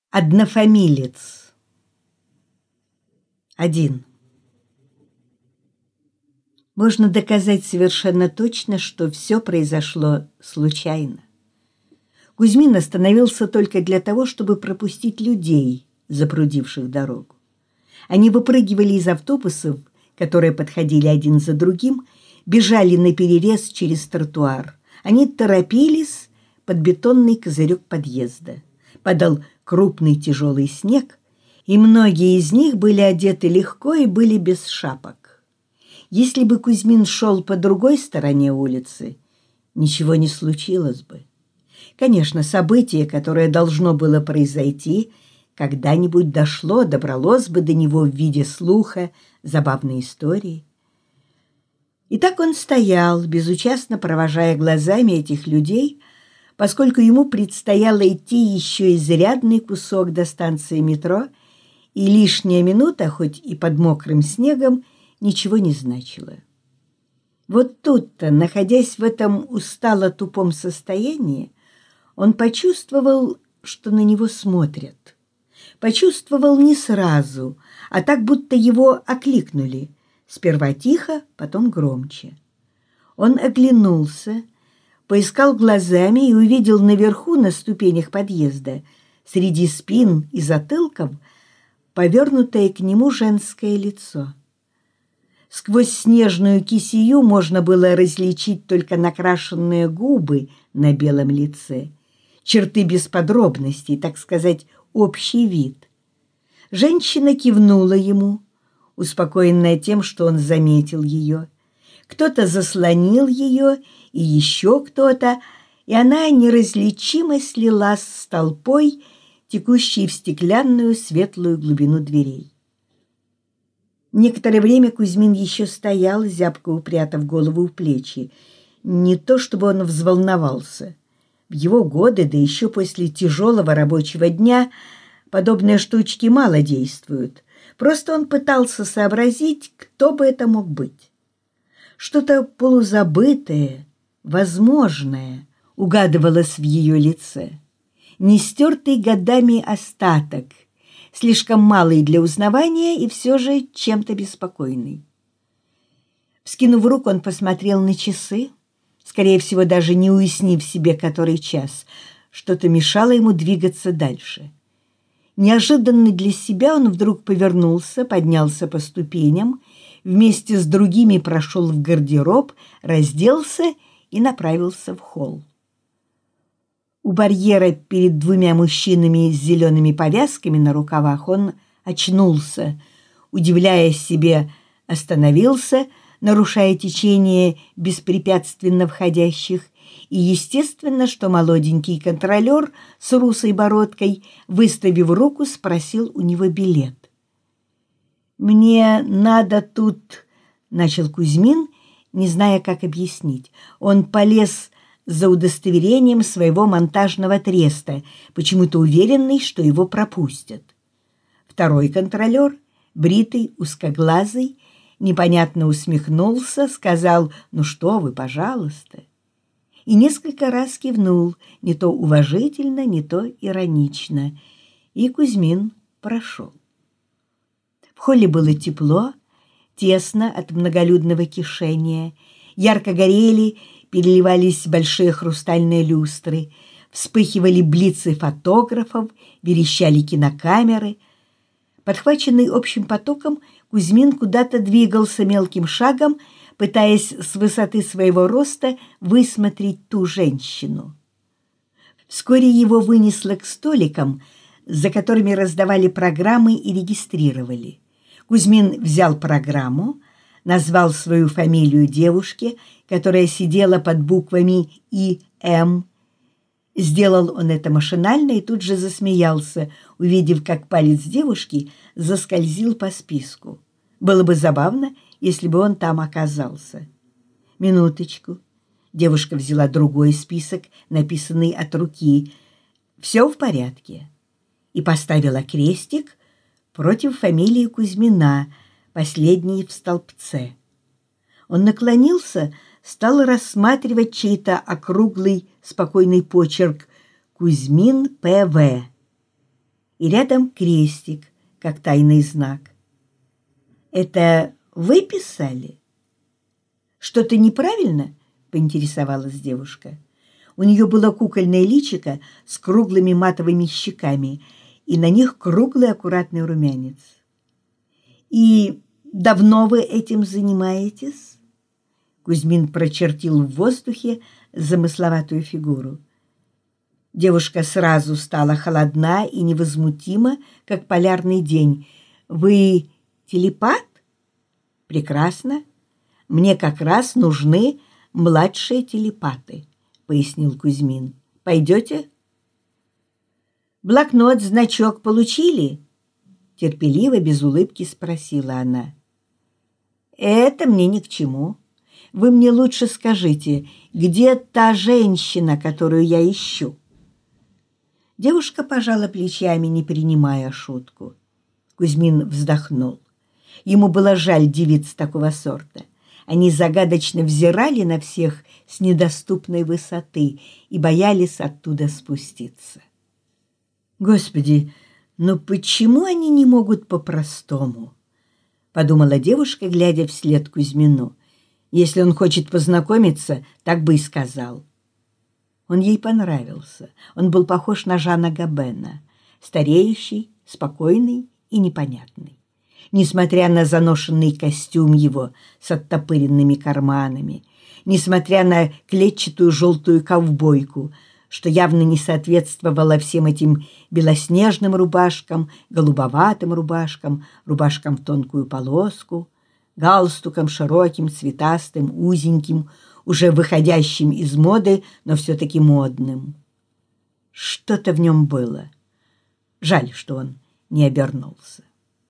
Однофамилец. 1. Можно доказать совершенно точно, что все произошло случайно. Кузьмин остановился только для того, чтобы пропустить людей, запрудивших дорогу. Они выпрыгивали из автобусов, которые подходили один за другим, бежали наперерез через тротуар. Они торопились под бетонный козырек подъезда. Падал крупный тяжелый снег, и многие из них были одеты легко и были без шапок. Если бы Кузьмин шел по другой стороне улицы, ничего не случилось бы. Конечно, событие, которое должно было произойти, когда-нибудь добралось бы до него в виде слуха, забавной истории. И так он стоял, безучастно провожая глазами этих людей, поскольку ему предстояло идти еще изрядный кусок до станции метро, и лишняя минута, хоть и под мокрым снегом, ничего не значила. Вот тут-то, находясь в этом устало-тупом состоянии, он почувствовал, что на него смотрят. Почувствовал не сразу, а так, будто его окликнули. Сперва тихо, потом громче. Он оглянулся, поискал глазами и увидел наверху, на ступенях подъезда, среди спин и затылков, повернутое к нему женское лицо. Сквозь снежную кисею можно было различить только накрашенные губы на белом лице, черты без подробностей, так сказать, общий вид. Женщина кивнула ему, успокоенная тем, что он заметил ее. Кто-то заслонил ее, и еще кто-то, и она неразличимо слилась с толпой, текущей в стеклянную светлую глубину дверей. Некоторое время Кузьмин еще стоял, зябко упрятав голову в плечи. Не то чтобы он взволновался. В его годы, да еще после тяжелого рабочего дня, подобные штучки мало действуют. Просто он пытался сообразить, кто бы это мог быть. Что-то полузабытое, возможное, угадывалось в ее лице. Нестертый годами остаток, слишком малый для узнавания и все же чем-то беспокойный. Вскинув руку, он посмотрел на часы, скорее всего, даже не уяснив себе, который час. Что-то мешало ему двигаться дальше. Неожиданно для себя он вдруг повернулся, поднялся по ступеням, вместе с другими прошел в гардероб, разделся и направился в холл. У барьера перед двумя мужчинами с зелеными повязками на рукавах он очнулся, удивляясь себе, остановился, нарушая течение беспрепятственно входящих, и естественно, что молоденький контролер с русой бородкой, выставив руку, спросил у него билет. «Мне надо тут...» — начал Кузьмин, не зная, как объяснить. Он полез за удостоверением своего монтажного треста, почему-то уверенный, что его пропустят. Второй контролер, бритый, узкоглазый, непонятно усмехнулся, сказал «Ну что вы, пожалуйста», и несколько раз кивнул, не то уважительно, не то иронично, и Кузьмин прошел. В холле было тепло, тесно от многолюдного кишения, ярко горели, переливались большие хрустальные люстры, вспыхивали блицы фотографов, верещали кинокамеры. Подхваченный общим потоком, Кузьмин куда-то двигался мелким шагом, пытаясь с высоты своего роста высмотреть ту женщину. Вскоре его вынесло к столикам, за которыми раздавали программы и регистрировали. Кузьмин взял программу, назвал свою фамилию девушки, которая сидела под буквами И.М. Сделал он это машинально и тут же засмеялся, увидев, как палец девушки заскользил по списку. Было бы забавно, если бы он там оказался. Минуточку. Девушка взяла другой список, написанный от руки. «Все в порядке». И поставила крестик против фамилии Кузьмина, последней в столбце. Он наклонился, стал рассматривать чей-то округлый, спокойный почерк «Кузьмин П.В.» и рядом крестик, как тайный знак. «Это вы писали?» «Что-то неправильно?» — поинтересовалась девушка. У нее было кукольное личико с круглыми матовыми щеками, и на них круглый аккуратный румянец. «И давно вы этим занимаетесь?» Кузьмин прочертил в воздухе замысловатую фигуру. Девушка сразу стала холодна и невозмутима, как полярный день. «Вы телепат? Прекрасно. Мне как раз нужны младшие телепаты», — пояснил Кузьмин. «Пойдете?» «Блокнот, значок получили?» — терпеливо, без улыбки спросила она. «Это мне ни к чему. Вы мне лучше скажите, где та женщина, которую я ищу?» Девушка пожала плечами, не принимая шутку. Кузьмин вздохнул. Ему было жаль девиц такого сорта. Они загадочно взирали на всех с недоступной высоты и боялись оттуда спуститься. «Господи, но почему они не могут по-простому?» — подумала девушка, глядя вслед Кузьмину. «Если он хочет познакомиться, так бы и сказал». Он ей понравился. Он был похож на Жана Габена, стареющий, спокойный и непонятный. Несмотря на заношенный костюм его с оттопыренными карманами, несмотря на клетчатую желтую ковбойку, что явно не соответствовало всем этим белоснежным рубашкам, голубоватым рубашкам, рубашкам в тонкую полоску, галстукам широким, цветастым, узеньким, уже выходящим из моды, но все-таки модным. Что-то в нем было. Жаль, что он не обернулся.